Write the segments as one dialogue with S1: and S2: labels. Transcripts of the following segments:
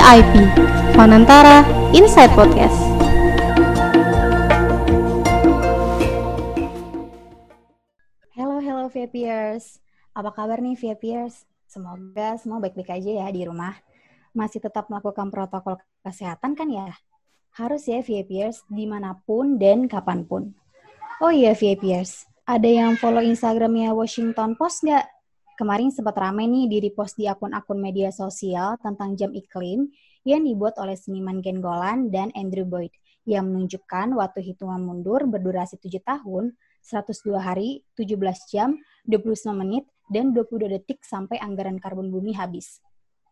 S1: VIP, Fanantara Inside Podcast. Hello VIPers, apa kabar nih VIPers? Semoga semua baik-baik aja ya di rumah. Masih tetap melakukan protokol kesehatan kan ya? Harus ya VIPers, dimanapun dan kapanpun. Oh iya VIPers, ada yang follow Instagramnya Washington Post nggak? Kemarin sempat ramai nih di-repost di akun-akun media sosial tentang jam iklim yang dibuat oleh seniman Ken Golan dan Andrew Boyd yang menunjukkan waktu hitungan mundur berdurasi 7 tahun, 102 hari, 17 jam, 29 menit, dan 22 detik sampai anggaran karbon bumi habis.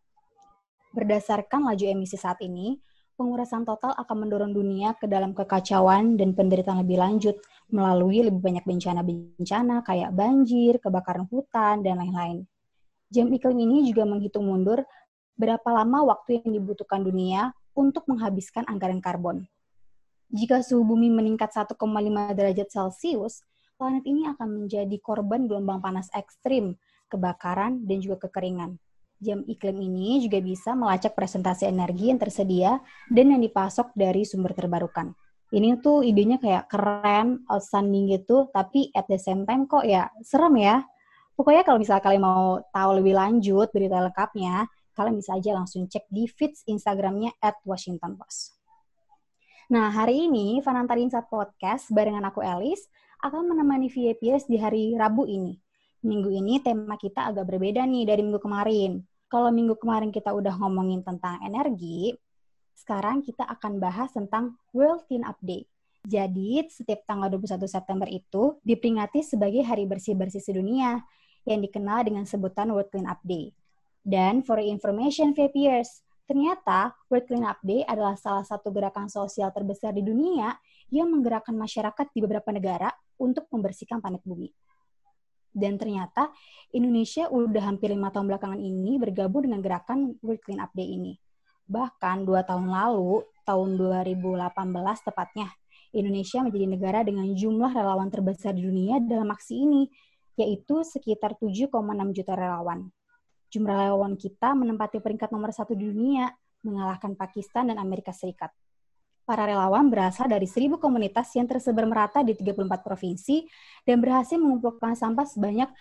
S1: Berdasarkan laju emisi saat ini, pengurasan total akan mendorong dunia ke dalam kekacauan dan penderitaan lebih lanjut melalui lebih banyak bencana-bencana kayak banjir, kebakaran hutan, dan lain-lain. Jam iklim ini juga menghitung mundur berapa lama waktu yang dibutuhkan dunia untuk menghabiskan anggaran karbon. Jika suhu bumi meningkat 1,5 derajat Celcius, planet ini akan menjadi korban gelombang panas ekstrim, kebakaran, dan juga kekeringan. Jam iklim ini juga bisa melacak presentasi energi yang tersedia dan yang dipasok dari sumber terbarukan. Ini tuh idenya kayak keren, outstanding gitu, tapi at the same time kok ya serem ya. Pokoknya kalau misalnya kalian mau tahu lebih lanjut berita lengkapnya, kalian bisa aja langsung cek di feeds Instagramnya @WashingtonPost. Nah, hari ini Fanantara Inside Podcast barengan aku Elis akan menemani VIPers di hari Rabu ini. Minggu ini tema kita agak berbeda nih dari minggu kemarin. Kalau minggu kemarin kita udah ngomongin tentang energi, sekarang kita akan bahas tentang World Cleanup Day. Jadi, setiap tanggal 21 September itu diperingati sebagai Hari Bersih-Bersih Sedunia yang dikenal dengan sebutan World Cleanup Day. Dan for information VIPers, ternyata World Cleanup Day adalah salah satu gerakan sosial terbesar di dunia yang menggerakkan masyarakat di beberapa negara untuk membersihkan planet bumi. Dan ternyata Indonesia udah hampir 5 tahun belakangan ini bergabung dengan gerakan World Cleanup Day ini. Bahkan 2 tahun lalu, tahun 2018 tepatnya, Indonesia menjadi negara dengan jumlah relawan terbesar di dunia dalam aksi ini, yaitu sekitar 7,6 juta relawan. Jumlah relawan kita menempati peringkat nomor 1 di dunia, mengalahkan Pakistan dan Amerika Serikat. Para relawan berasal dari 1.000 komunitas yang tersebar merata di 34 provinsi dan berhasil mengumpulkan sampah sebanyak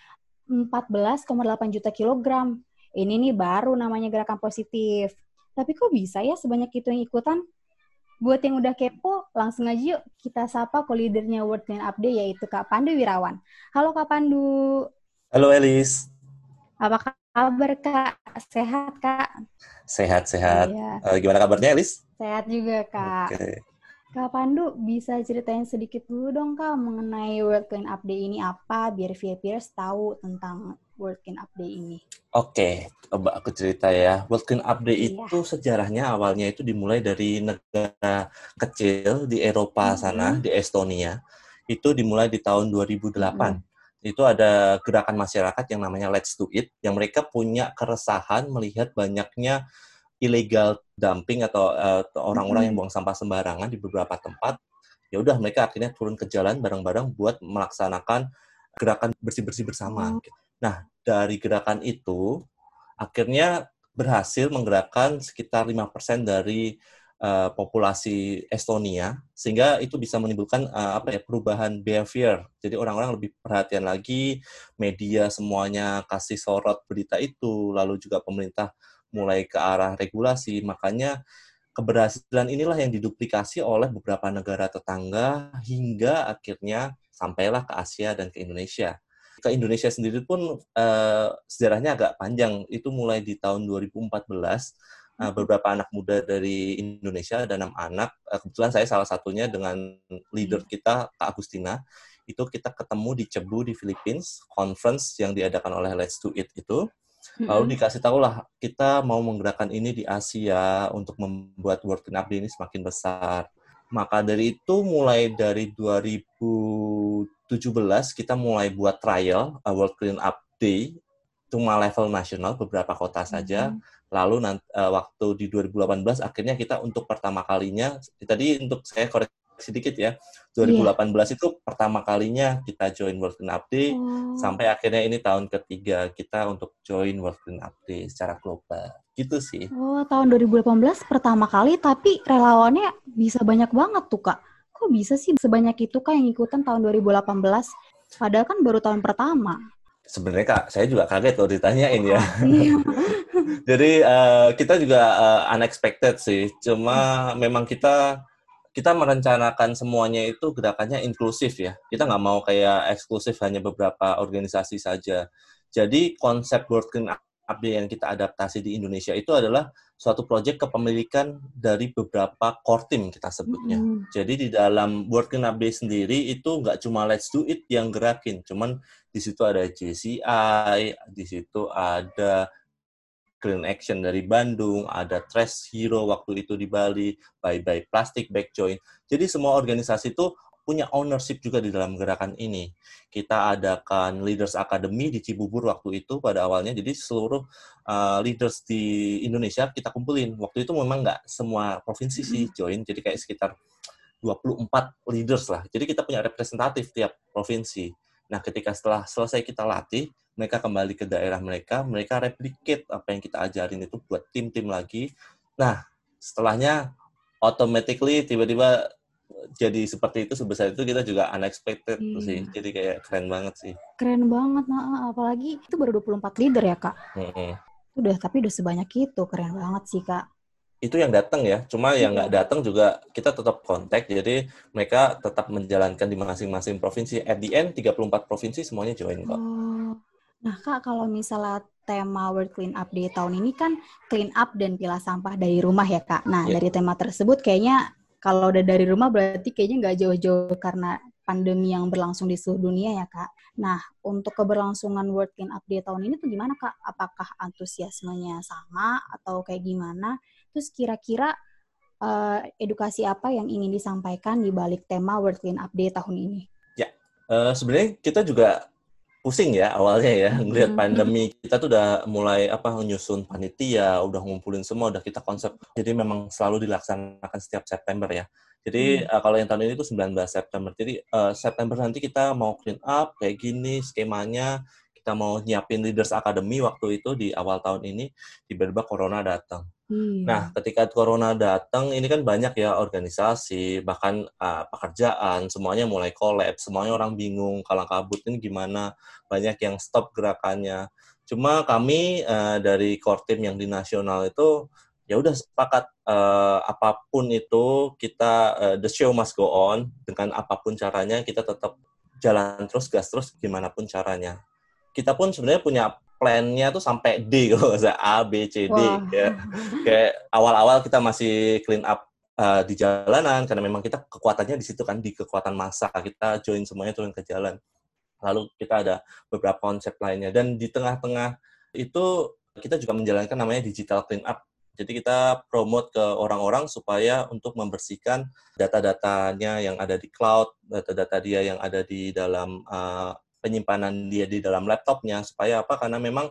S1: 14,8 juta kilogram. Ini nih baru namanya gerakan positif. Tapi kok bisa ya sebanyak itu yang ikutan? Buat yang udah kepo, langsung aja yuk kita sapa co-leadernya World Cleanup Day yaitu Kak Pandu Wirawan. Halo Kak Pandu.
S2: Halo Elis.
S1: Apa kabar Kak? Sehat Kak?
S2: Sehat-sehat.
S1: Iya.
S2: Gimana kabarnya Elis?
S1: Sehat juga Kak.
S2: Oke.
S1: Kak Pandu, bisa ceritain sedikit dulu dong Kak mengenai World Cleanup Day ini apa, biar VIPers tahu tentang World Cleanup Day ini.
S2: Oke, coba aku cerita ya. World Cleanup Day
S1: Iya.
S2: itu sejarahnya awalnya itu dimulai dari negara kecil di Eropa sana, di Estonia. Itu dimulai di tahun 2008. Itu ada gerakan masyarakat yang namanya Let's Do It, yang mereka punya keresahan melihat banyaknya illegal dumping atau orang-orang yang buang sampah sembarangan di beberapa tempat. Ya udah mereka akhirnya turun ke jalan bareng-bareng buat melaksanakan gerakan bersih-bersih bersama. Nah, dari gerakan itu akhirnya berhasil menggerakkan sekitar 5% dari populasi Estonia, sehingga itu bisa menimbulkan perubahan behavior. Jadi orang-orang lebih perhatian lagi, media semuanya kasih sorot berita itu, lalu juga pemerintah mulai ke arah regulasi. Makanya keberhasilan inilah yang diduplikasi oleh beberapa negara tetangga hingga akhirnya sampailah ke Asia dan ke Indonesia. Ke Indonesia sendiri pun sejarahnya agak panjang. Itu mulai di tahun 2014, beberapa anak muda dari Indonesia, ada 6 anak. Kebetulan saya salah satunya dengan leader kita, Kak Agustina. Itu kita ketemu di Cebu di Philippines, conference yang diadakan oleh Let's Do It itu. Lalu dikasih tahu lah, kita mau menggerakkan ini di Asia untuk membuat World Cleanup Day ini semakin besar. Maka dari itu, mulai dari 2017, kita mulai buat trial World Cleanup Day, cuma level nasional, beberapa kota saja. Lalu waktu di 2018, akhirnya kita untuk pertama kalinya, tadi untuk saya koreksi sedikit ya.
S1: Iya.
S2: 2018 itu pertama kalinya kita join World Clean Up Day, sampai akhirnya ini tahun ketiga kita untuk join World Clean Up Day secara global. Gitu sih.
S1: Oh, tahun 2018 pertama kali, tapi relawannya bisa banyak banget tuh, Kak. Kok bisa sih sebanyak itu, Kak, yang ikutan tahun 2018? Padahal kan baru tahun pertama.
S2: Sebenarnya Kak, saya juga kaget loh ditanyain ya.
S1: Makasih.
S2: Jadi kita juga unexpected sih. Cuma memang kita merencanakan semuanya itu gerakannya inklusif ya. Kita nggak mau kayak eksklusif hanya beberapa organisasi saja. Jadi konsep World Clean Up Day yang kita adaptasi di Indonesia itu adalah suatu proyek kepemilikan dari beberapa core team kita sebutnya. Jadi di dalam World Clean Up Day sendiri itu nggak cuma Let's Do It yang gerakin, cuman di situ ada JCI, di situ ada Clean Action dari Bandung, ada Trash Hero waktu itu di Bali, Bye Bye Plastic Bag Joint. Jadi semua organisasi itu punya ownership juga di dalam gerakan ini. Kita adakan Leaders Academy di Cibubur waktu itu pada awalnya, jadi seluruh leaders di Indonesia kita kumpulin. Waktu itu memang nggak semua provinsi sih join, jadi kayak sekitar 24 leaders lah. Jadi kita punya representatif tiap provinsi. Nah, ketika setelah selesai kita latih, mereka kembali ke daerah mereka replicate apa yang kita ajarin itu buat tim-tim lagi. Nah, setelahnya automatically tiba-tiba jadi seperti itu, sebesar itu, kita juga unexpected sih. Jadi kayak keren banget sih.
S1: Keren banget, nah, apalagi itu baru 24 leader ya, Kak? Tapi udah sebanyak itu, keren banget sih, Kak.
S2: Itu yang datang ya, cuma yang nggak datang juga kita tetap kontak, jadi mereka tetap menjalankan di masing-masing provinsi. At the end, 34 provinsi semuanya join kok.
S1: Nah, Kak, kalau misalnya tema World Clean Up Day tahun ini kan clean up dan pilah sampah dari rumah ya, Kak. Nah, dari tema tersebut kayaknya kalau udah dari rumah berarti kayaknya nggak jauh-jauh karena pandemi yang berlangsung di seluruh dunia ya, Kak. Nah, untuk keberlangsungan World Clean Up Day tahun ini tuh gimana, Kak? Apakah antusiasmenya sama atau kayak gimana? Terus kira-kira edukasi apa yang ingin disampaikan di balik tema World Clean Up Day tahun ini?
S2: Ya, sebenarnya kita juga pusing ya awalnya ya, ngelihat pandemi. Kita tuh udah mulai nyusun panitia, udah ngumpulin semua, udah kita konsep. Jadi memang selalu dilaksanakan setiap September ya. Jadi kalau yang tahun ini tuh 19 September. Jadi September nanti kita mau clean up kayak gini skemanya. Kita mau nyiapin Leaders Academy waktu itu di awal tahun ini, tiba-tiba Corona datang. Nah, ketika Corona datang, ini kan banyak ya organisasi, bahkan pekerjaan, semuanya mulai kolaps, semuanya orang bingung, kalang kabut ini gimana, banyak yang stop gerakannya. Cuma kami dari core team yang di nasional itu, ya udah sepakat apapun itu, kita the show must go on, dengan apapun caranya, kita tetap jalan terus, gas terus, gimana pun caranya. Kita pun sebenarnya punya plan-nya tuh sampai D, kalau nggak salah, A, B, C, D. Ya. Kayak awal-awal kita masih clean up di jalanan, karena memang kita kekuatannya di situ kan, di kekuatan massa. Kita join semuanya turun ke jalan. Lalu kita ada beberapa konsep lainnya. Dan di tengah-tengah itu kita juga menjalankan namanya digital clean up. Jadi kita promote ke orang-orang supaya untuk membersihkan data-datanya yang ada di cloud, data-data dia yang ada di dalam penyimpanan dia di dalam laptopnya, supaya apa? Karena memang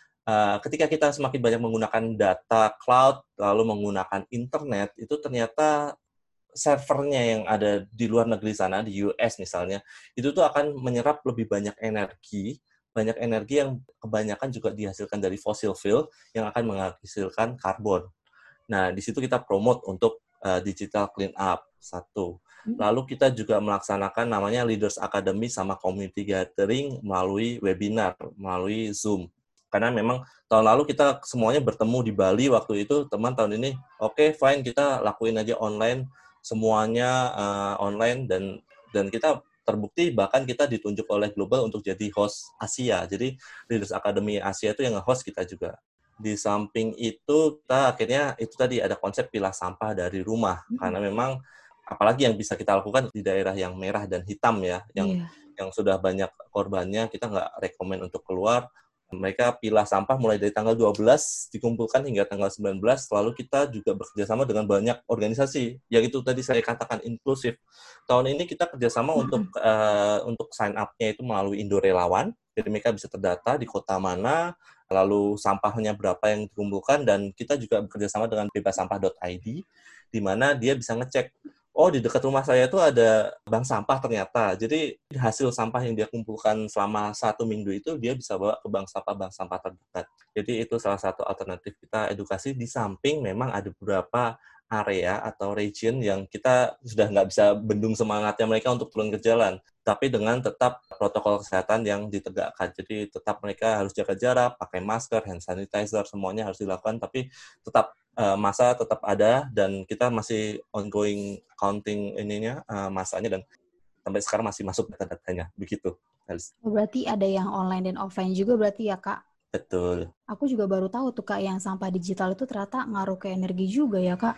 S2: ketika kita semakin banyak menggunakan data cloud, lalu menggunakan internet, itu ternyata servernya yang ada di luar negeri sana, di US misalnya, itu tuh akan menyerap lebih banyak energi yang kebanyakan juga dihasilkan dari fossil fuel yang akan menghasilkan karbon. Nah, di situ kita promote untuk digital clean up, satu. Lalu kita juga melaksanakan namanya Leaders Academy sama Community Gathering melalui webinar, melalui Zoom. Karena memang tahun lalu kita semuanya bertemu di Bali waktu itu, teman tahun ini, oke, fine, kita lakuin aja online, semuanya online, dan kita terbukti bahkan kita ditunjuk oleh Global untuk jadi host Asia. Jadi Leaders Academy Asia itu yang nge-host kita juga. Di samping itu, kita akhirnya itu tadi ada konsep pilah sampah dari rumah. Karena memang apalagi yang bisa kita lakukan di daerah yang merah dan hitam ya, yang sudah banyak korbannya, kita nggak rekomen untuk keluar. Mereka pilah sampah mulai dari tanggal 12 dikumpulkan hingga tanggal 19, lalu kita juga bekerjasama dengan banyak organisasi, yang itu tadi saya katakan inklusif. Tahun ini kita kerjasama untuk sign up-nya itu melalui Indo Relawan, jadi mereka bisa terdata di kota mana, lalu sampahnya berapa yang dikumpulkan, dan kita juga bekerjasama dengan bebassampah.id, di mana dia bisa ngecek oh di dekat rumah saya itu ada bank sampah ternyata. Jadi hasil sampah yang dia kumpulkan selama 1 minggu itu dia bisa bawa ke bank sampah terdekat. Jadi itu salah satu alternatif kita edukasi di samping memang ada beberapa area atau region yang kita sudah nggak bisa bendung semangatnya mereka untuk turun ke jalan. Tapi dengan tetap protokol kesehatan yang ditegakkan. Jadi tetap mereka harus jaga jarak, pakai masker, hand sanitizer, semuanya harus dilakukan, tapi tetap masa tetap ada dan kita masih ongoing counting masanya dan sampai sekarang masih masuk data-datanya begitu.
S1: Berarti ada yang online dan offline juga berarti ya Kak?
S2: Betul.
S1: Aku juga baru tahu tuh Kak yang sampah digital itu ternyata ngaruh ke energi juga ya Kak.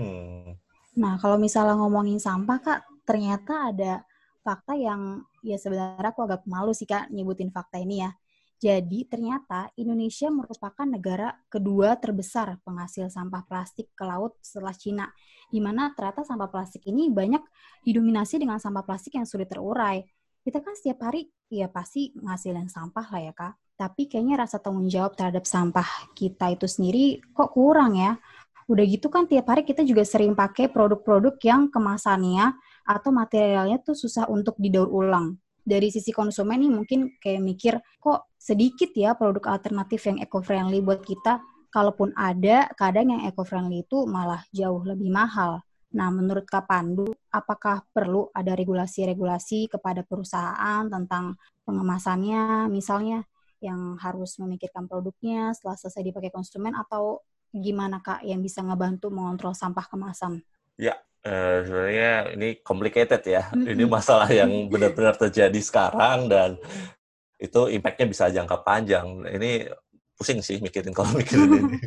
S1: Nah kalau misalnya ngomongin sampah Kak, ternyata ada fakta yang ya sebenarnya aku agak malu sih Kak nyebutin fakta ini ya. Jadi ternyata Indonesia merupakan negara kedua terbesar penghasil sampah plastik ke laut setelah Cina. Di mana ternyata sampah plastik ini banyak didominasi dengan sampah plastik yang sulit terurai. Kita kan setiap hari ya pasti ngasilin sampah lah ya Kak. Tapi kayaknya rasa tanggung jawab terhadap sampah kita itu sendiri kok kurang ya. Udah gitu kan tiap hari kita juga sering pakai produk-produk yang kemasannya atau materialnya tuh susah untuk didaur ulang. Dari sisi konsumen nih mungkin kayak mikir, kok sedikit ya produk alternatif yang eco-friendly buat kita. Kalaupun ada, kadang yang eco-friendly itu malah jauh lebih mahal. Nah, menurut Kak Pandu, apakah perlu ada regulasi-regulasi kepada perusahaan tentang pengemasannya, misalnya yang harus memikirkan produknya setelah selesai dipakai konsumen, atau gimana Kak yang bisa ngebantu mengontrol sampah kemasan?
S2: Ya, sebenarnya ini complicated ya. Ini masalah yang benar-benar terjadi sekarang dan itu impact-nya bisa jangka panjang. Ini pusing sih kalau mikirin ini.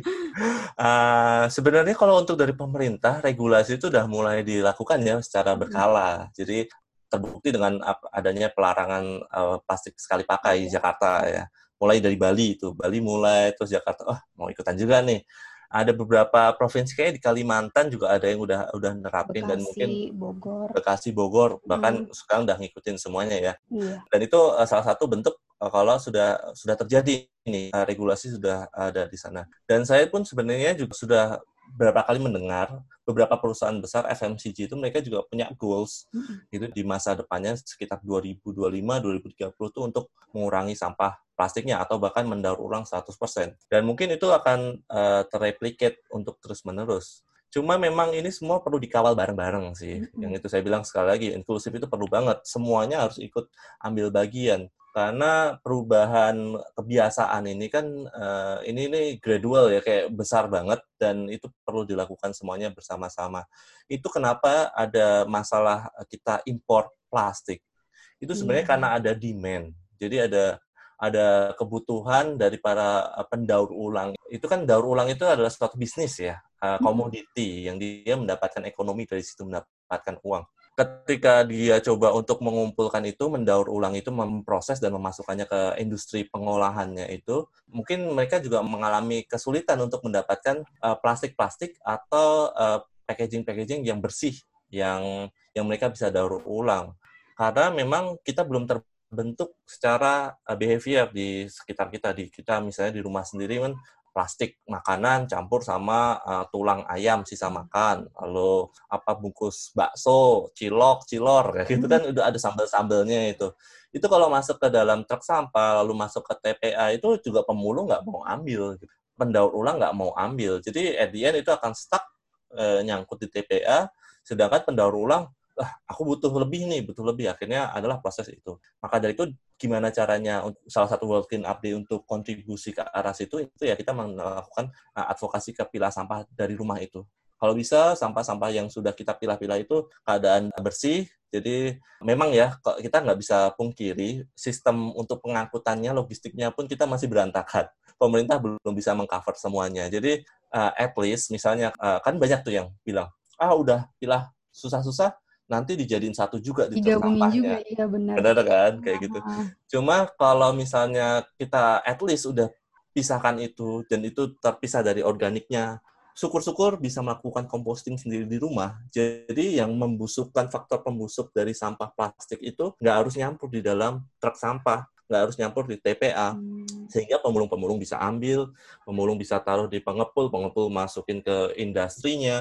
S2: Sebenarnya kalau untuk dari pemerintah, regulasi itu udah mulai dilakukan ya secara berkala. Jadi terbukti dengan adanya pelarangan plastik sekali pakai di Jakarta ya. Mulai dari Bali itu. Bali mulai, terus Jakarta, mau ikutan juga nih. Ada beberapa provinsi kayak di Kalimantan juga ada yang udah nerapin dan mungkin Bekasi, Bogor, bahkan sekarang udah ngikutin semuanya ya.
S1: Iya.
S2: Dan itu salah satu bentuk kalau sudah terjadi ini regulasi sudah ada di sana. Dan saya pun sebenarnya juga sudah beberapa kali mendengar beberapa perusahaan besar FMCG itu mereka juga punya goals gitu di masa depannya sekitar 2025 2030 itu untuk mengurangi sampah plastiknya atau bahkan mendaur ulang 100%. Dan mungkin itu akan terreplicate untuk terus-menerus. Cuma memang ini semua perlu dikawal bareng-bareng sih. Yang itu saya bilang sekali lagi, inklusif itu perlu banget. Semuanya harus ikut ambil bagian. Karena perubahan kebiasaan ini kan, ini gradual ya, kayak besar banget, dan itu perlu dilakukan semuanya bersama-sama. Itu kenapa ada masalah kita impor plastik. Itu sebenarnya karena ada demand. Jadi ada kebutuhan dari para pendaur ulang. Itu kan daur ulang itu adalah suatu bisnis ya, komoditi yang dia mendapatkan ekonomi dari situ, mendapatkan uang. Ketika dia coba untuk mengumpulkan itu, mendaur ulang itu, memproses dan memasukkannya ke industri pengolahannya itu, mungkin mereka juga mengalami kesulitan untuk mendapatkan plastik-plastik atau packaging-packaging yang bersih, yang mereka bisa daur ulang. Karena memang kita belum terbentuk secara behavior di sekitar kita. Kita misalnya di rumah sendiri kan plastik makanan campur sama tulang ayam sisa makan, lalu bungkus bakso, cilor kayak gitu kan udah ada sambal-sambalnya itu. Itu kalau masuk ke dalam truk sampah lalu masuk ke TPA itu juga pemulung nggak mau ambil, pendaur ulang nggak mau ambil. Jadi at the end itu akan stuck nyangkut di TPA, sedangkan pendaur ulang aku butuh lebih, akhirnya adalah proses itu. Maka dari itu gimana caranya salah satu World Clean Up Day untuk kontribusi ke arah situ, itu ya kita melakukan advokasi ke pilah sampah dari rumah itu. Kalau bisa sampah-sampah yang sudah kita pilah-pilah itu keadaan bersih. Jadi memang ya kita nggak bisa pungkiri sistem untuk pengangkutannya, logistiknya pun kita masih berantakan. Pemerintah belum bisa mengcover semuanya. Jadi at least misalnya kan banyak tuh yang bilang udah pilah susah-susah nanti dijadiin satu juga di truk sampahnya.
S1: Juga, iya benar.
S2: Benar kan? Kayak gitu. Cuma kalau misalnya kita at least udah pisahkan itu, dan itu terpisah dari organiknya, syukur-syukur bisa melakukan composting sendiri di rumah. Jadi yang membusukkan, faktor pembusuk dari sampah plastik itu nggak harus nyampur di dalam truk sampah, nggak harus nyampur di TPA. Sehingga pemulung-pemulung bisa ambil, pemulung bisa taruh di pengepul masukin ke industrinya,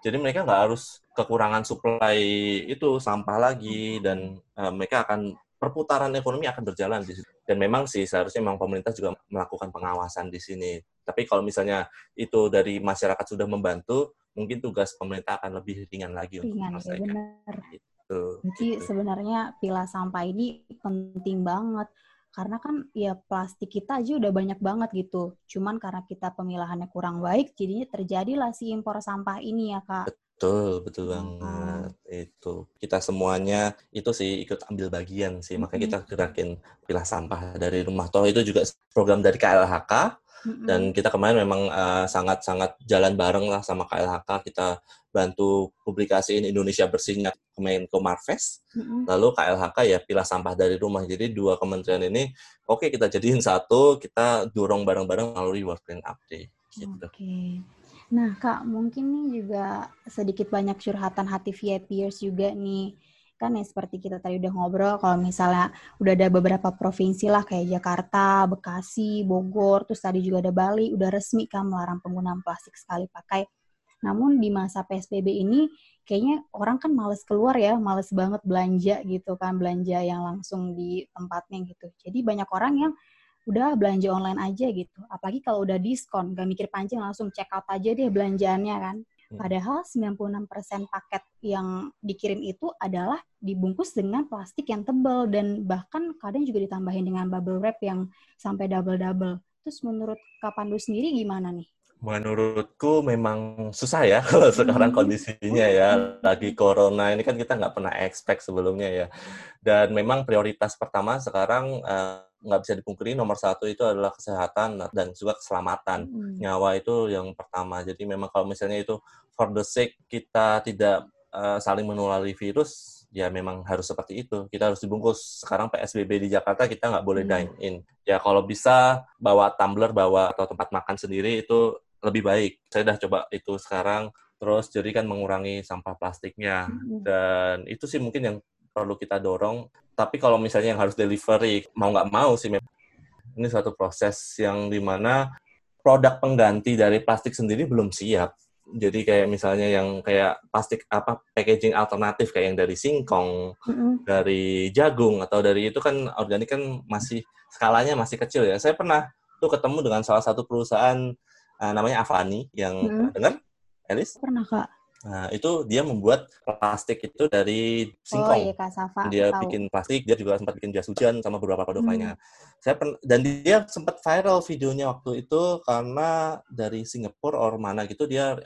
S2: Jadi mereka nggak harus kekurangan suplai itu sampah lagi, dan mereka akan perputaran ekonomi akan berjalan di situ. Dan memang sih seharusnya memang pemerintah juga melakukan pengawasan di sini. Tapi kalau misalnya itu dari masyarakat sudah membantu, mungkin tugas pemerintah akan lebih ringan lagi untuk
S1: Ringan ya,
S2: menyelesaikan.
S1: benar.
S2: Gitu,
S1: Jadi
S2: gitu.
S1: sebenarnya pilah sampah ini penting banget. Karena kan ya plastik kita aja udah banyak banget gitu. Cuman karena kita pemilahannya kurang baik, jadinya terjadilah si impor sampah ini ya, Kak.
S2: Betul, betul
S1: Oh.
S2: banget. Itu. Kita semuanya itu sih ikut ambil bagian sih. Makanya kita gerakin pilah sampah dari rumah. Toh itu juga program dari KLHK. Dan kita kemarin memang sangat-sangat jalan bareng lah sama KLHK. Kita bantu publikasiin Indonesia Bersihnya Kemenko Marves. Lalu KLHK ya pilah sampah dari rumah. Jadi dua kementerian ini, oke kita jadiin satu, kita dorong bareng-bareng melalui World Clean Up Day. Gitu.
S1: Oke. Nah, Kak, mungkin nih juga sedikit banyak curhatan hati VIPers juga nih. Kan ya seperti kita tadi udah ngobrol, kalau misalnya udah ada beberapa provinsi lah kayak Jakarta, Bekasi, Bogor, terus tadi juga ada Bali, udah resmi kan melarang penggunaan plastik sekali pakai. Namun di masa PSBB ini, kayaknya orang kan males keluar ya, males banget belanja gitu kan, belanja yang langsung di tempatnya gitu. Jadi banyak orang yang udah belanja online aja gitu. Apalagi kalau udah diskon, gak mikir panjang langsung check out aja deh belanjaannya kan. Padahal 96% paket yang dikirim itu adalah dibungkus dengan plastik yang tebal dan bahkan kadang juga ditambahin dengan bubble wrap yang sampai double-double. Terus menurut Kak Pandu sendiri gimana nih?
S2: Menurutku memang susah ya kalau sekarang kondisinya ya. Lagi corona ini kan kita nggak pernah expect sebelumnya ya. Dan memang prioritas pertama sekarang nggak bisa dipungkiri, nomor satu itu adalah kesehatan dan juga keselamatan. Nyawa itu yang pertama. Jadi memang kalau misalnya itu for the sake kita tidak saling menulari virus, ya memang harus seperti itu. Kita harus dibungkus. Sekarang PSBB di Jakarta kita nggak boleh dine in. Ya kalau bisa bawa tumbler, bawa atau tempat makan sendiri itu lebih baik. Saya udah coba itu sekarang, terus jadi kan mengurangi sampah plastiknya. Dan itu sih mungkin yang perlu kita dorong. Tapi kalau misalnya yang harus delivery, mau nggak mau sih, ini suatu proses yang dimana produk pengganti dari plastik sendiri belum siap. Jadi kayak misalnya yang kayak plastik packaging alternatif kayak yang dari singkong, dari jagung atau dari itu kan organik kan masih skalanya masih kecil ya. Saya pernah tuh ketemu dengan salah satu perusahaan namanya Avani, yang pernah dengar, Elis?
S1: Pernah, Kak.
S2: Nah, itu dia membuat plastik itu dari
S1: Oh
S2: singkong.
S1: iya, Kak Safa,
S2: Dia
S1: tahu.
S2: bikin plastik, dia juga sempat bikin jas hujan sama beberapa produk lainnya. Dan dia sempat viral videonya waktu itu karena dari Singapura or mana gitu dia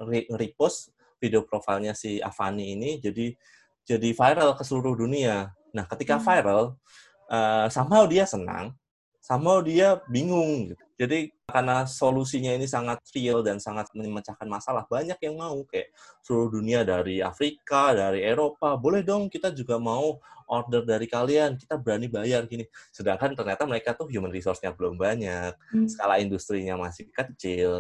S2: repost video profilnya si Avani ini jadi viral ke seluruh dunia. Nah, ketika viral, somehow dia senang, somehow dia bingung gitu. Jadi karena solusinya ini sangat real dan sangat memecahkan masalah, banyak yang mau, kayak seluruh dunia, dari Afrika, dari Eropa, boleh dong kita juga mau order dari kalian, kita berani bayar gini. Sedangkan ternyata mereka tuh human resource-nya belum banyak, skala industrinya masih kecil.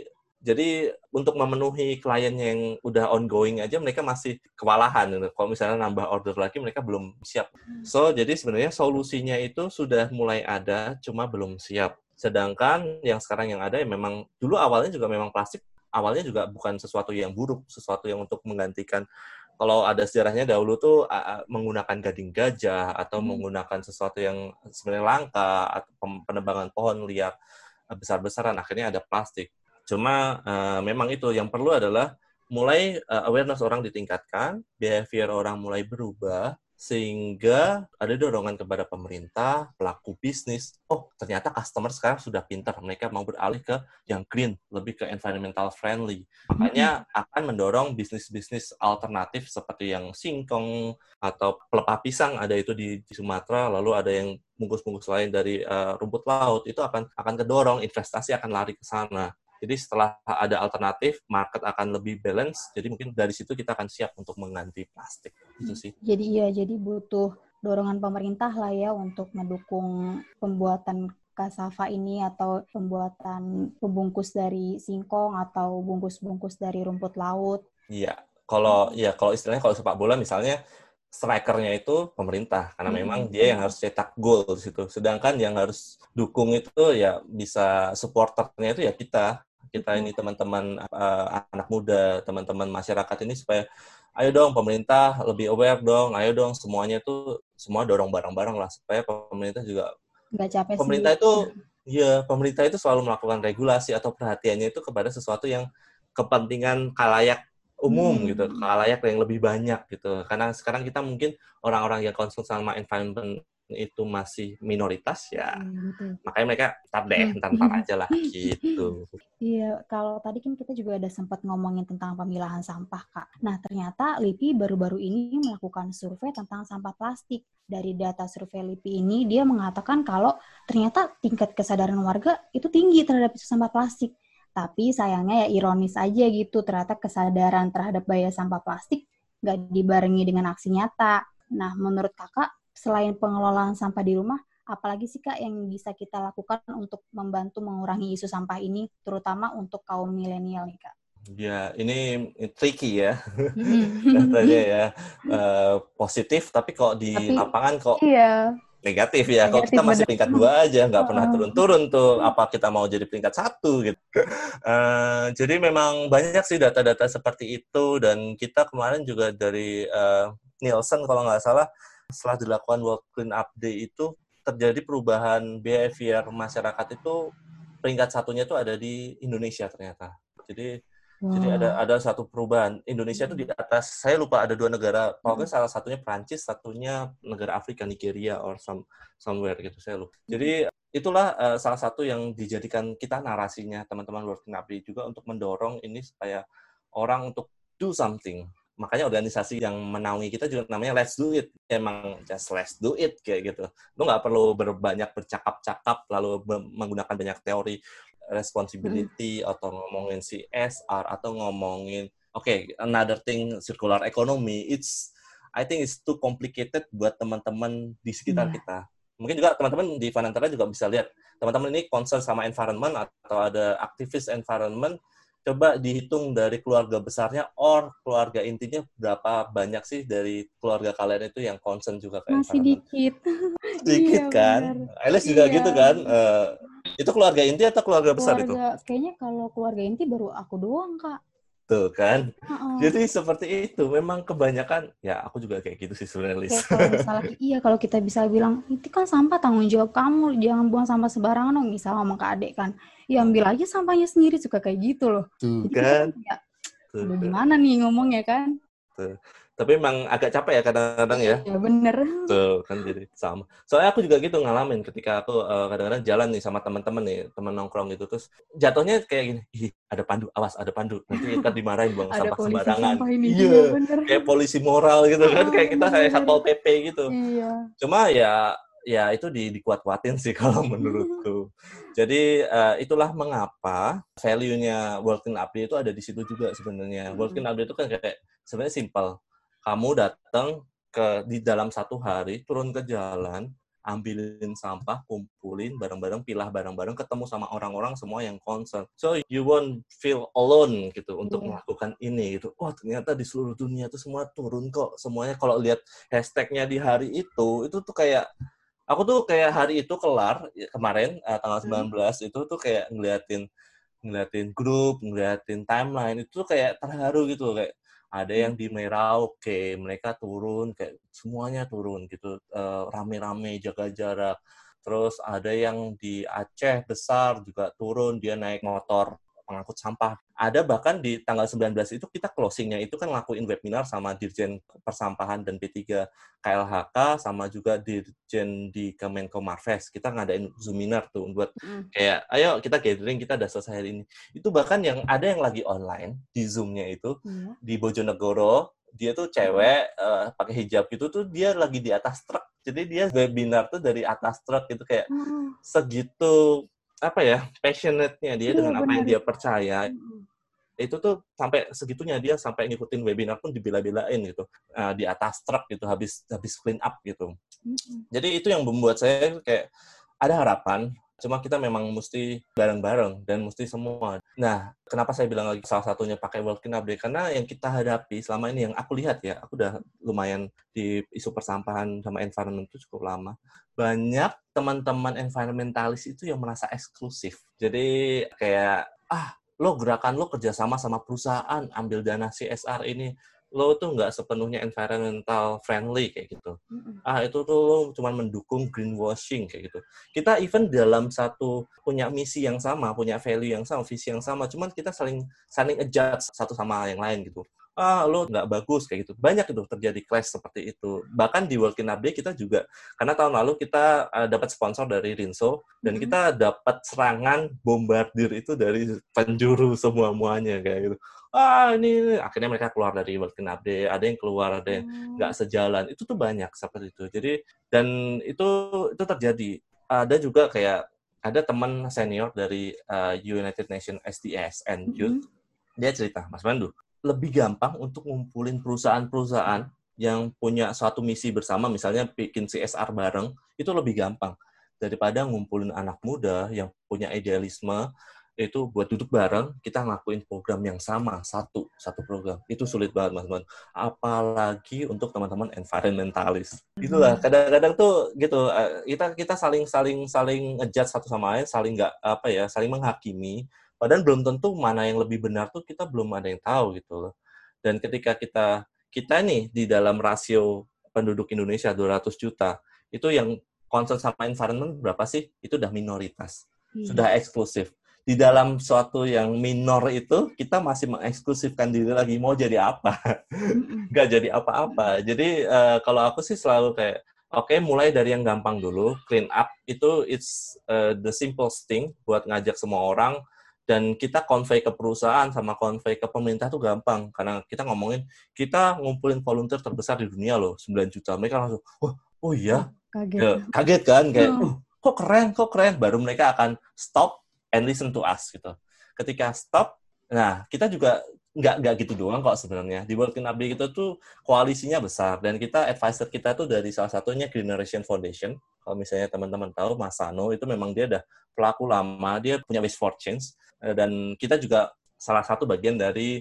S2: Jadi untuk memenuhi klien yang udah ongoing aja mereka masih kewalahan. Kalau misalnya nambah order lagi mereka belum siap. So, jadi sebenarnya solusinya itu sudah mulai ada, cuma belum siap. Sedangkan yang sekarang yang ada ya memang dulu awalnya juga memang plastik, awalnya juga bukan sesuatu yang buruk, sesuatu yang untuk menggantikan. Kalau ada sejarahnya dahulu tuh menggunakan gading gajah atau menggunakan sesuatu yang sebenarnya langka atau penebangan pohon liar besar-besaran, akhirnya ada plastik. Cuma memang itu yang perlu adalah mulai awareness orang ditingkatkan, behavior orang mulai berubah, sehingga ada dorongan kepada pemerintah, pelaku bisnis. Oh, ternyata customer sekarang sudah pintar. Mereka mau beralih ke yang green, lebih ke environmental friendly. Makanya akan mendorong bisnis-bisnis alternatif seperti yang singkong atau pelepah pisang, ada itu di Sumatera, lalu ada yang bungkus-bungkus lain dari rumput laut. Itu akan kedorong, investasi akan lari ke sana. Jadi setelah ada alternatif, market akan lebih balance. Jadi mungkin dari situ kita akan siap untuk mengganti plastik. Itu sih.
S1: Jadi butuh dorongan pemerintah lah ya untuk mendukung pembuatan cassava ini atau pembuatan pembungkus dari singkong atau bungkus-bungkus dari rumput laut.
S2: Iya, kalau istilahnya kalau sepak bola misalnya strikernya itu pemerintah karena memang dia yang harus cetak gol di situ. Sedangkan yang harus dukung itu ya bisa supporternya itu ya kita. kita ini teman-teman anak muda, teman-teman masyarakat ini supaya ayo dong pemerintah lebih aware dong, ayo dong semuanya tuh semua dorong bareng-bareng lah supaya pemerintah juga
S1: Nggak capek
S2: pemerintah
S1: sendiri.
S2: itu ya pemerintah itu selalu melakukan regulasi atau perhatiannya itu kepada sesuatu yang kepentingan khalayak umum gitu, khalayak yang lebih banyak gitu. Karena sekarang kita mungkin orang-orang yang concern sama environment itu masih minoritas ya,
S1: Betul.
S2: makanya mereka ntar aja lah gitu.
S1: Iya, kalau tadi kan kita juga ada sempat ngomongin tentang pemilahan sampah, Kak. Nah, ternyata LIPI baru-baru ini melakukan survei tentang sampah plastik. Dari data survei LIPI ini, dia mengatakan kalau ternyata tingkat kesadaran warga itu tinggi terhadap isu sampah plastik. Tapi sayangnya ya ironis aja gitu, ternyata kesadaran terhadap bahaya sampah plastik nggak dibarengi dengan aksi nyata. Nah, menurut Kakak, selain pengelolaan sampah di rumah, apalagi sih Kak yang bisa kita lakukan untuk membantu mengurangi isu sampah ini, terutama untuk kaum milenial nih Kak?
S2: Ya, ini tricky ya katanya ya, positif tapi kok di
S1: Tapi
S2: lapangan kok
S1: iya,
S2: negatif ya. Kok
S1: negatif
S2: kita masih
S1: bener.
S2: peringkat 2 aja, nggak pernah turun-turun tuh. Apa kita mau jadi peringkat 1 gitu. Jadi memang banyak sih data-data seperti itu dan kita kemarin juga dari Nielsen kalau nggak salah setelah dilakukan World Clean Up Day itu terjadi perubahan behavior masyarakat itu peringkat 1-nya itu ada di Indonesia ternyata. Jadi ada satu perubahan. Indonesia itu di atas, saya lupa ada 2 negara, pokoknya salah satunya Prancis, satunya negara Afrika, Nigeria or somewhere gitu, saya lupa. Jadi itulah salah satu yang dijadikan kita narasinya teman-teman World Clean Up Day juga untuk mendorong ini supaya orang untuk do something. Makanya organisasi yang menaungi kita juga namanya Let's Do It. Emang just let's do it kayak gitu. Lu nggak perlu banyak bercakap-cakap lalu menggunakan banyak teori responsibility atau ngomongin CSR atau ngomongin another thing circular economy. I think it's too complicated buat teman-teman di sekitar kita. Mungkin juga teman-teman di Vanantara juga bisa lihat teman-teman ini concern sama environment atau ada aktivis environment, coba dihitung dari keluarga besarnya or keluarga intinya berapa banyak sih dari keluarga kalian itu yang concern juga ke
S1: Masih
S2: environment.
S1: dikit.
S2: Sedikit
S1: Iya,
S2: kan?
S1: benar.
S2: Alias juga
S1: Iya.
S2: gitu kan? Itu keluarga inti atau keluarga besar itu?
S1: Kayaknya kalau keluarga inti baru aku doang, Kak.
S2: Tuh kan?
S1: Uh-uh.
S2: Jadi seperti itu. Memang kebanyakan, ya aku juga kayak gitu sih sebenarnya, Lis.
S1: Kayak kalau misalnya, kalau kita bisa bilang, itu kan sampah tanggung jawab kamu, jangan buang sampah sembarangan dong. Misal ngomong ke adik kan, ya ambil aja sampahnya sendiri, suka kayak gitu loh.
S2: Tuh
S1: Jadi kita
S2: kan?
S1: kan kayak,
S2: Tuh
S1: aduh
S2: kan?
S1: gimana nih ngomongnya kan?
S2: Tuh. Tapi emang agak capek ya kadang-kadang ya.
S1: Iya bener.
S2: Tuh kan jadi sama. Soalnya aku juga gitu ngalamin ketika aku kadang-kadang jalan nih sama teman-teman nih, teman nongkrong gitu terus jatuhnya kayak gini, ih ada pandu, awas ada pandu. Nanti kita dimarahin buang
S1: Ada
S2: sampah
S1: polisi
S2: sembarangan.
S1: sampah ini, iya
S2: Iya,
S1: bener.
S2: kayak polisi moral gitu kan, kayak kita kayak
S1: Bener-bener.
S2: Satpol PP gitu.
S1: Iya.
S2: Cuma ya itu dikuat-kuatin sih kalau menurutku. Jadi itulah mengapa value-nya World Clean Up Day itu ada di situ juga sebenarnya. World Clean Up Day itu kan kayak sebenarnya simple. Kamu datang di dalam 1 hari, turun ke jalan, ambilin sampah, kumpulin bareng-bareng, pilah bareng-bareng, ketemu sama orang-orang semua yang concern. So you won't feel alone gitu untuk
S1: Iya.
S2: melakukan ini gitu. Wah ternyata di seluruh dunia itu semua turun kok. Semuanya kalau lihat hashtag-nya di hari itu tuh kayak aku tuh kayak hari itu kelar kemarin tanggal 19 itu tuh kayak ngeliatin grup, ngeliatin timeline itu tuh kayak terharu gitu kayak ada yang di Merauke mereka turun kayak semuanya turun gitu rame-rame jaga jarak. Terus ada yang di Aceh besar juga turun dia naik motor pengangkut sampah. Ada bahkan di tanggal 19 itu kita closing-nya itu kan ngelakuin webinar sama Dirjen Persampahan dan P3 KLHK sama juga Dirjen di Kemenko Marves. Kita ngadain Zoominar tuh buat kayak ayo kita gathering kita udah selesai hari ini. Itu bahkan yang ada yang lagi online di Zoom-nya itu di Bojonegoro, dia tuh cewek pakai hijab gitu tuh dia lagi di atas truk. Jadi dia webinar tuh dari atas truk gitu kayak segitu apa ya passionate-nya dia
S1: Iya
S2: dengan apa yang
S1: bener.
S2: dia percaya itu tuh sampai segitunya dia sampai ngikutin webinar pun dibela-belain gitu di atas truk gitu habis clean up gitu. Jadi itu yang membuat saya kayak ada harapan cuma kita memang mesti bareng-bareng dan mesti semua. Nah, kenapa saya bilang lagi salah satunya pakai World Clean Up Day? Karena yang kita hadapi selama ini yang aku lihat ya, aku udah lumayan di isu persampahan sama environment itu cukup lama. Banyak teman-teman environmentalis itu yang merasa eksklusif. Jadi kayak gerakan lo kerjasama sama perusahaan, ambil dana CSR ini, lo tuh nggak sepenuhnya environmental friendly kayak gitu. Itu tuh lo cuma mendukung greenwashing kayak gitu. Kita even dalam satu punya misi yang sama, punya value yang sama, visi yang sama, cuman kita saling adjust satu sama yang lain gitu. Lo nggak bagus kayak gitu. Banyak itu terjadi clash seperti itu. Bahkan di World Cleanup Day kita juga, karena tahun lalu kita dapat sponsor dari Rinso, dan kita dapat serangan bombardir itu dari penjuru semuanya kayak gitu. Ini akhirnya mereka keluar dari World Cleanup Day, ada yang keluar, ada yang nggak sejalan. Itu tuh banyak seperti itu. Jadi, dan itu terjadi. Ada juga kayak, ada teman senior dari United Nations SDS and Youth, dia cerita, Mas Pandu, lebih gampang untuk ngumpulin perusahaan-perusahaan yang punya suatu misi bersama, misalnya bikin CSR bareng, itu lebih gampang daripada ngumpulin anak muda yang punya idealisme, itu buat duduk bareng, kita ngelakuin program yang sama, satu program. Itu sulit banget, Mas Man. Apalagi untuk teman-teman environmentalis. Itulah, kadang-kadang tuh gitu, kita saling ngejudge satu sama lain, saling menghakimi. Padahal belum tentu mana yang lebih benar tuh kita belum ada yang tahu gitu loh. Dan ketika kita nih di dalam rasio penduduk Indonesia 200 juta, itu yang concern sama environment berapa sih? Itu udah minoritas. Sudah eksklusif. Di dalam suatu yang minor itu, kita masih mengeksklusifkan diri lagi, mau jadi apa? Nggak jadi apa-apa. Jadi kalau aku sih selalu kayak, oke, mulai dari yang gampang dulu. Clean up itu it's the simplest thing buat ngajak semua orang. Dan kita convey ke perusahaan sama convey ke pemerintah tuh gampang. Karena kita ngomongin, kita ngumpulin volunteer terbesar di dunia loh, 9 juta. Mereka langsung, oh iya? Kaget kan? Kayak, kok keren. Baru mereka akan stop and listen to us gitu. Ketika stop, nah kita juga nggak gitu doang kok sebenarnya. Di World Cleanup Day kita tuh koalisinya besar. Dan kita, advisor kita tuh dari salah satunya Generation Foundation. Kalau misalnya teman-teman tahu, Mas Sano, itu memang dia udah pelaku lama, dia punya Wish for Change. Dan kita juga salah satu bagian dari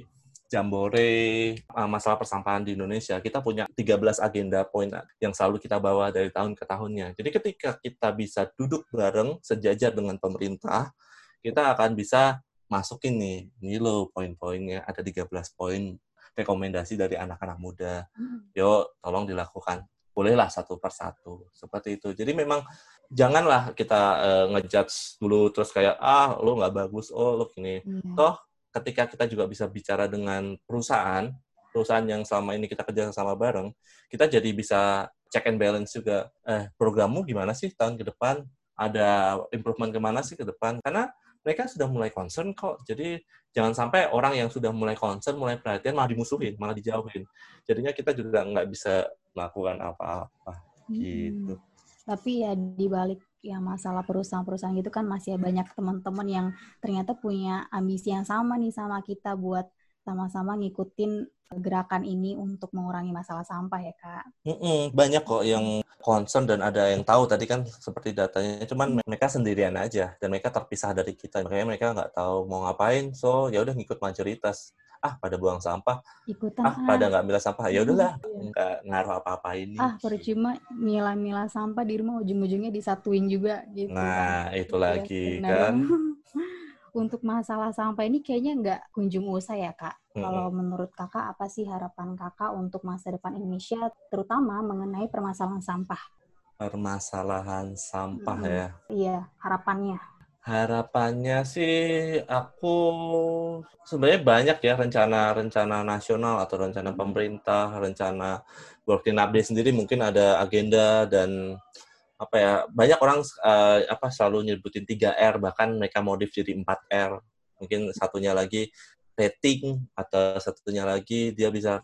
S2: Jambore masalah persampahan di Indonesia. Kita punya 13 agenda poin yang selalu kita bawa dari tahun ke tahunnya. Jadi ketika kita bisa duduk bareng sejajar dengan pemerintah, kita akan bisa masukin nih, ini loh poin-poinnya, ada 13 poin rekomendasi dari anak-anak muda. Yuk, tolong dilakukan. Bolehlah satu per satu. Seperti itu. Jadi memang janganlah kita ngejudge dulu terus kayak, lo nggak bagus, lo gini. Toh, ketika kita juga bisa bicara dengan perusahaan yang selama ini kita kerja sama bareng, kita jadi bisa check and balance juga. Programmu gimana sih tahun ke depan? Ada improvement kemana sih ke depan? Karena mereka sudah mulai concern kok. Jadi jangan sampai orang yang sudah mulai concern, mulai perhatian, malah dimusuhin, malah dijauhin. Jadinya kita juga nggak bisa melakukan apa-apa gitu.
S1: Tapi ya di balik yang masalah perusahaan-perusahaan gitu kan masih banyak teman-teman yang ternyata punya ambisi yang sama nih sama kita buat sama-sama ngikutin gerakan ini untuk mengurangi masalah sampah ya, Kak.
S2: Banyak kok yang concern dan ada yang tahu tadi kan seperti datanya, cuman mereka sendirian aja dan mereka terpisah dari kita, makanya mereka nggak tahu mau ngapain, so ya udah ngikut mayoritas. Pada buang sampah, pada nggak milah sampah, ya udahlah, nggak ngaruh apa-apa ini.
S1: Percuma milah-milah sampah di rumah, ujung-ujungnya disatuin juga gitu.
S2: Nah, itu lagi kan.
S1: Untuk masalah sampah ini kayaknya nggak kunjung usai ya, Kak. Kalau menurut Kakak, apa sih harapan Kakak untuk masa depan Indonesia, terutama mengenai permasalahan sampah?
S2: Permasalahan sampah ya?
S1: Iya, harapannya.
S2: Harapannya sih aku sebenarnya banyak ya rencana nasional atau rencana pemerintah, rencana World Cleanup Day sendiri mungkin ada agenda dan banyak orang selalu nyebutin 3R, bahkan mereka modif jadi 4R. Mungkin satunya lagi rating atau satunya lagi dia bisa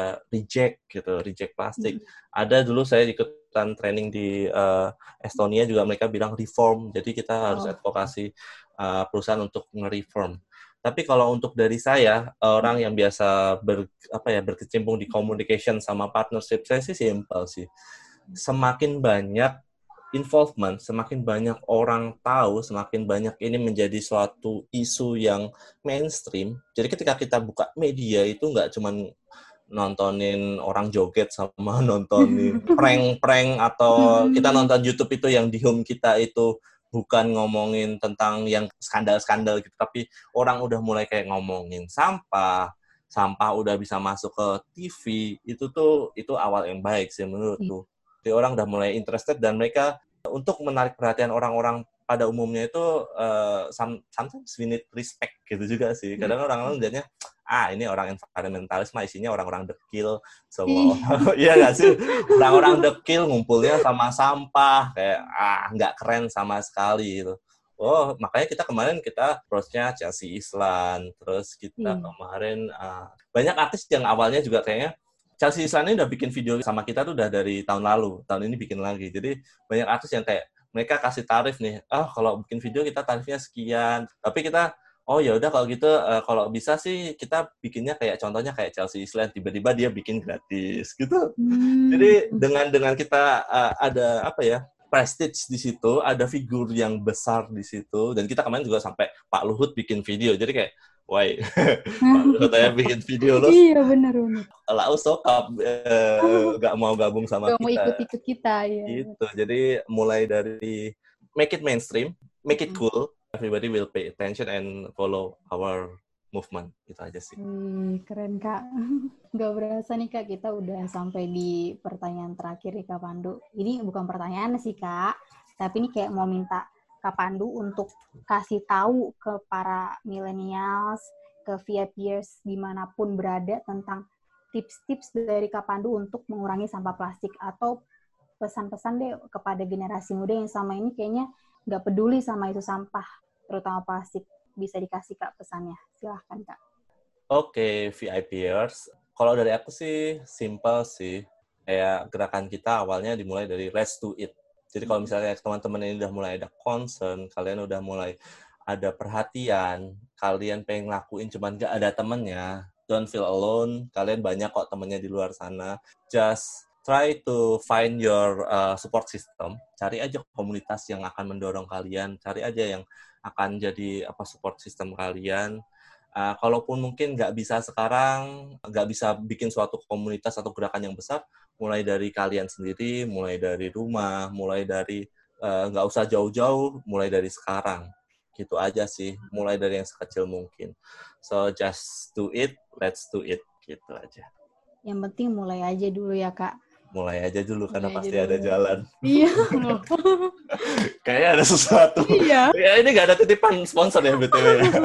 S2: reject plastik. Ada dulu saya ikutan training di Estonia juga, mereka bilang reform. Jadi kita harus advokasi perusahaan untuk nge-reform. Tapi kalau untuk dari saya, orang yang biasa berkecimpung di communication sama partnership, saya sih simple sih. Semakin banyak involvement, semakin banyak orang tahu, semakin banyak ini menjadi suatu isu yang mainstream. Jadi ketika kita buka media itu nggak cuma nontonin orang joget sama nontonin prank-prank atau kita nonton YouTube itu yang di home kita itu bukan ngomongin tentang yang skandal-skandal gitu, tapi orang udah mulai kayak ngomongin sampah udah bisa masuk ke TV, itu awal yang baik sih menurutku. Jadi orang udah mulai interested dan mereka untuk menarik perhatian orang-orang pada umumnya itu sometimes we need respect gitu juga sih. Kadang orang lihatnya ini orang environmentalis mah isinya orang-orang dekil semua. Iya nggak sih? Orang-orang dekil ngumpulnya sama sampah kayak nggak keren sama sekali gitu. Oh, makanya kita approach-nya Chelsea Islan, terus kita kemarin banyak artis yang awalnya juga kayaknya Chelsea Islan ini udah bikin video sama kita tuh udah dari tahun lalu, tahun ini bikin lagi. Jadi banyak artis yang kayak mereka kasih tarif nih, kalau bikin video kita tarifnya sekian, tapi kita ya udah kalau gitu kalau bisa sih kita bikinnya kayak contohnya kayak Chelsea Islan, tiba-tiba dia bikin gratis gitu. Jadi dengan kita ada apa ya? Prestige di situ, ada figur yang besar di situ, dan kita kemarin juga sampai Pak Luhut bikin video, jadi kayak, why, Pak Luhut aja bikin video, loh.
S1: Iya, benar.
S2: Lau sokap, gak mau gabung sama
S1: gak
S2: kita.
S1: Gak mau ikut-ikut kita, ya.
S2: Gitu, jadi mulai dari make it mainstream, make it cool, everybody will pay attention and follow our movement, itu aja sih.
S1: Keren Kak. Gak berasa nih Kak, kita udah sampai di pertanyaan terakhir nih Kak Pandu. Ini bukan pertanyaan sih Kak, tapi ini kayak mau minta Kak Pandu untuk kasih tahu ke para millennials, ke VIPers dimanapun berada tentang tips-tips dari Kak Pandu untuk mengurangi sampah plastik, atau pesan-pesan deh kepada generasi muda yang selama ini kayaknya gak peduli sama itu sampah, terutama plastik. Bisa dikasih Kak pesannya. Silahkan Kak.
S2: Oke, VIPers. Kalau dari aku sih, simple sih. Kayak gerakan kita awalnya dimulai dari let's do it. Jadi kalau misalnya teman-teman ini udah mulai ada concern, kalian udah mulai ada perhatian, kalian pengen ngelakuin cuman gak ada temennya, don't feel alone. Kalian banyak kok temennya di luar sana. Just try to find your support system. Cari aja komunitas yang akan mendorong kalian. Cari aja yang akan jadi support system kalian. Kalaupun mungkin nggak bisa sekarang, nggak bisa bikin suatu komunitas atau gerakan yang besar, mulai dari kalian sendiri, mulai dari rumah, mulai dari nggak usah jauh-jauh, mulai dari sekarang. Gitu aja sih, mulai dari yang sekecil mungkin. So just do it, let's do it, gitu aja.
S1: Yang penting mulai aja dulu ya Kak.
S2: Mulai aja dulu, karena pasti ada jalan.
S1: Iya.
S2: Kayaknya ada sesuatu.
S1: Iya.
S2: Ya, ini nggak ada titipan sponsor ya, BTW.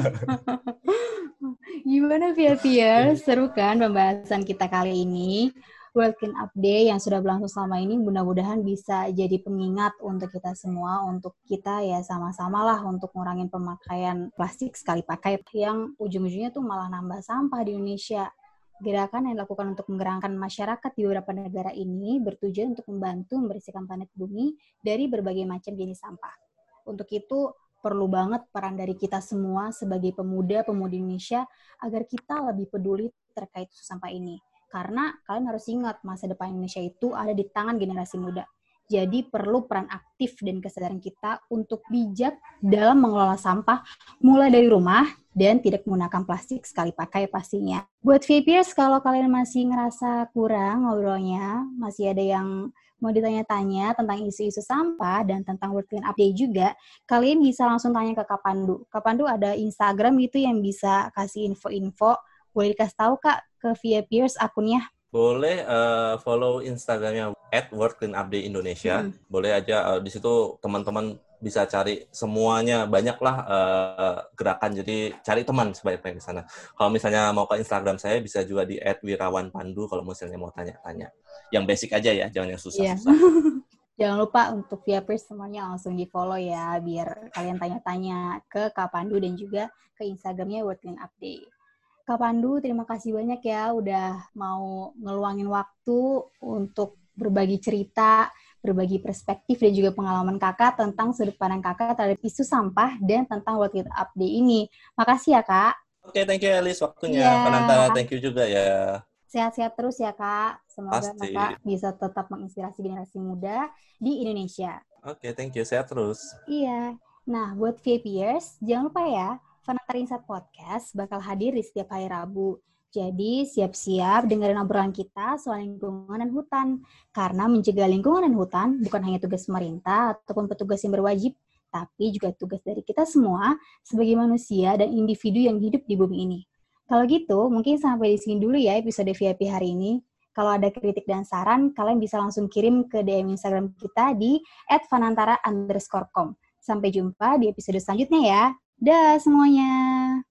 S1: Gimana VIPers? Seru kan pembahasan kita kali ini? World Clean Up Day yang sudah berlangsung selama ini mudah-mudahan bisa jadi pengingat untuk kita semua, untuk kita ya sama-sama lah untuk ngurangin pemakaian plastik sekali pakai yang ujung-ujungnya tuh malah nambah sampah di Indonesia. Gerakan yang dilakukan untuk menggerakkan masyarakat di beberapa negara ini bertujuan untuk membantu membersihkan planet bumi dari berbagai macam jenis sampah. Untuk itu, perlu banget peran dari kita semua sebagai pemuda-pemudi Indonesia agar kita lebih peduli terkait isu sampah ini. Karena kalian harus ingat, masa depan Indonesia itu ada di tangan generasi muda. Jadi perlu peran aktif dan kesadaran kita untuk bijak dalam mengelola sampah mulai dari rumah dan tidak menggunakan plastik sekali pakai pastinya. Buat VIPers, kalau kalian masih ngerasa kurang ngobrolnya, masih ada yang mau ditanya-tanya tentang isu-isu sampah dan tentang World Clean Up Day juga, kalian bisa langsung tanya ke Kak Pandu. Kak Pandu ada Instagram gitu yang bisa kasih info-info. Boleh dikasih tahu Kak ke VIPers akunnya?
S2: Boleh follow Instagramnya @WorldCleanUpDay Indonesia. Boleh aja di situ teman-teman bisa cari semuanya, banyaklah gerakan. Jadi cari teman sebaik-baik di sana. Kalau misalnya mau ke Instagram saya bisa juga di @wirawanpandu kalau misalnya mau tanya-tanya. Yang basic aja ya, jangan yang susah-susah.
S1: Jangan lupa untuk VIPers semuanya langsung di-follow ya, biar kalian tanya-tanya ke Kak Pandu dan juga ke Instagramnya World Clean Up Day. Kak Pandu, terima kasih banyak ya udah mau ngeluangin waktu untuk berbagi cerita, berbagi perspektif dan juga pengalaman kakak tentang sudut pandang kakak terhadap isu sampah dan tentang World Clean Up Day ini. Makasih ya Kak.
S2: Oke, thank you Alice waktunya. Penantara, thank you juga ya.
S1: Sehat-sehat terus ya Kak. Semoga
S2: Pasti.
S1: Kakak bisa tetap menginspirasi generasi muda di Indonesia.
S2: Oke, thank you. Sehat terus.
S1: Iya. Nah, buat VIPers, jangan lupa ya, Penantara Insight Podcast bakal hadir di setiap hari Rabu. Jadi, siap-siap dengerin obrolan kita soal lingkungan dan hutan. Karena menjaga lingkungan dan hutan bukan hanya tugas pemerintah ataupun petugas yang berwajib, tapi juga tugas dari kita semua sebagai manusia dan individu yang hidup di bumi ini. Kalau gitu, mungkin sampai di sini dulu ya episode VIP hari ini. Kalau ada kritik dan saran, kalian bisa langsung kirim ke DM Instagram kita di @fanantara_com. Sampai jumpa di episode selanjutnya ya. Dah semuanya.